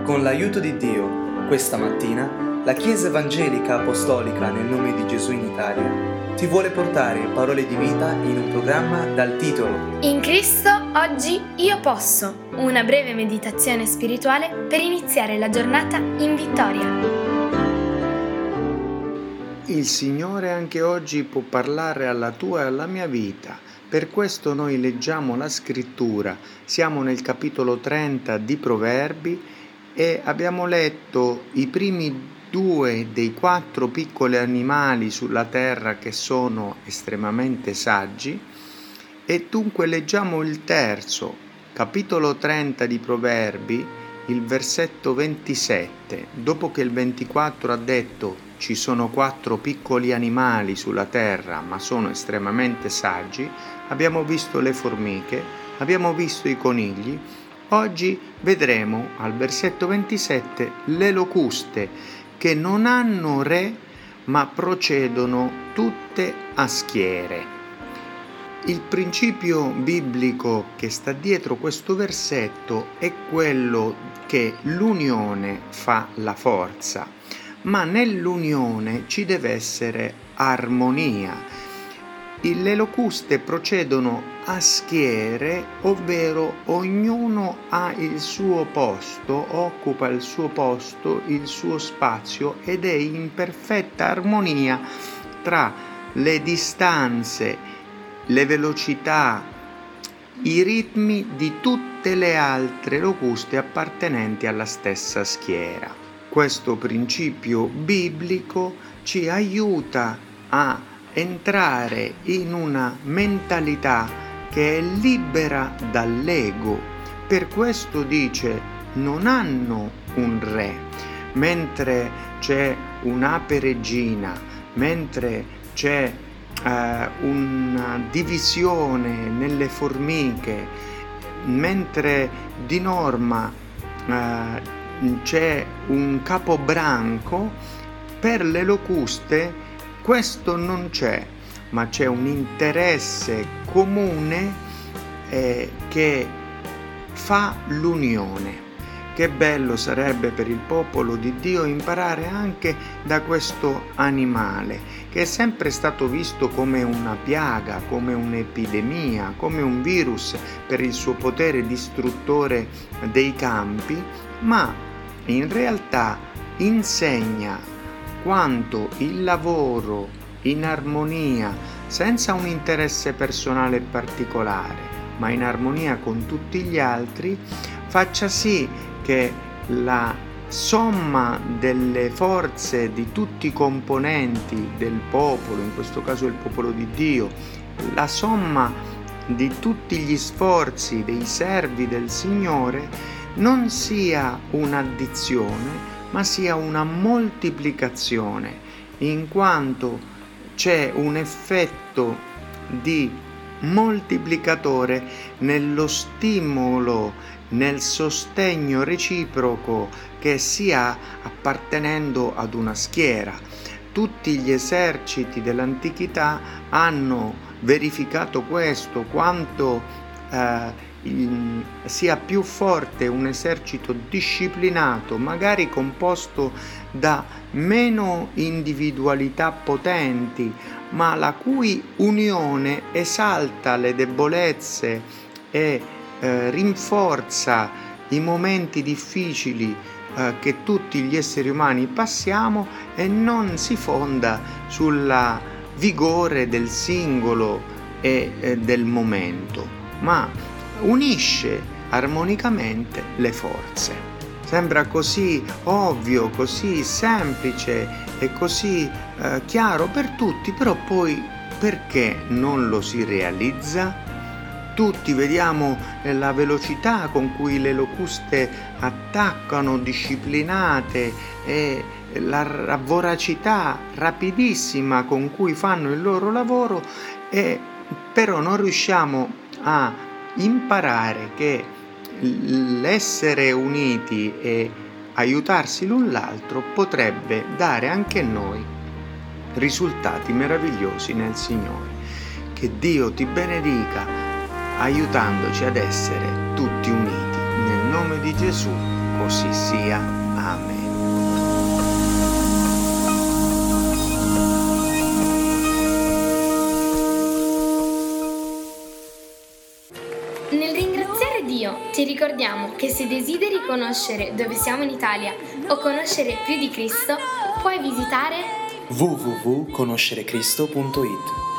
Con l'aiuto di Dio, questa mattina, la Chiesa Evangelica Apostolica nel nome di Gesù in Italia ti vuole portare parole di vita in un programma dal titolo In Cristo oggi io posso, una breve meditazione spirituale per iniziare la giornata in vittoria. Il Signore anche oggi può parlare alla tua e alla mia vita. Per questo noi leggiamo la scrittura. Siamo nel capitolo 30 di Proverbi e abbiamo letto i primi 2 dei 4 piccoli animali sulla terra che sono estremamente saggi e dunque leggiamo il terzo, capitolo 30 di Proverbi, il versetto 27. Dopo che il 24 ha detto ci sono 4 piccoli animali sulla terra ma sono estremamente saggi, abbiamo visto le formiche, abbiamo visto i conigli. Oggi vedremo al versetto 27 le locuste che non hanno re ma procedono tutte a schiere. Il principio biblico che sta dietro questo versetto è quello che l'unione fa la forza, ma nell'unione ci deve essere armonia. Le locuste procedono a schiere, ovvero ognuno ha il suo posto, occupa il suo posto, il suo spazio ed è in perfetta armonia tra le distanze, le velocità, i ritmi di tutte le altre locuste appartenenti alla stessa schiera. Questo principio biblico ci aiuta a entrare in una mentalità che è libera dall'ego. Per questo dice non hanno un re, mentre c'è un'ape regina, mentre c'è una divisione nelle formiche, mentre di norma c'è un capobranco, per le locuste questo non c'è, ma c'è un interesse comune che fa l'unione. Che bello sarebbe per il popolo di Dio imparare anche da questo animale, che è sempre stato visto come una piaga, come un'epidemia, come un virus per il suo potere distruttore dei campi, ma in realtà insegna quanto il lavoro in armonia, senza un interesse personale particolare, ma in armonia con tutti gli altri, faccia sì che la somma delle forze di tutti i componenti del popolo, in questo caso il popolo di Dio, la somma di tutti gli sforzi dei servi del Signore non sia un'addizione, ma sia una moltiplicazione, in quanto c'è un effetto di moltiplicatore nello stimolo, nel sostegno reciproco che si ha appartenendo ad una schiera. Tutti gli eserciti dell'antichità hanno verificato questo, quanto sia più forte un esercito disciplinato, magari composto da meno individualità potenti, ma la cui unione esalta le debolezze e rinforza i momenti difficili che tutti gli esseri umani passiamo e non si fonda sulla vigore del singolo e del momento, ma unisce armonicamente le forze. Sembra così ovvio, così semplice e così chiaro per tutti, però poi perché non lo si realizza? Tutti vediamo la velocità con cui le locuste attaccano, disciplinate, e la voracità rapidissima con cui fanno il loro lavoro, e però non riusciamo a imparare che l'essere uniti e aiutarsi l'un l'altro potrebbe dare anche a noi risultati meravigliosi nel Signore. Che Dio ti benedica aiutandoci ad essere tutti uniti. Nel nome di Gesù. Così sia. Amen. Nel ringraziare Dio ti ricordiamo che se desideri conoscere dove siamo in Italia o conoscere più di Cristo, puoi visitare www.conoscerecristo.it.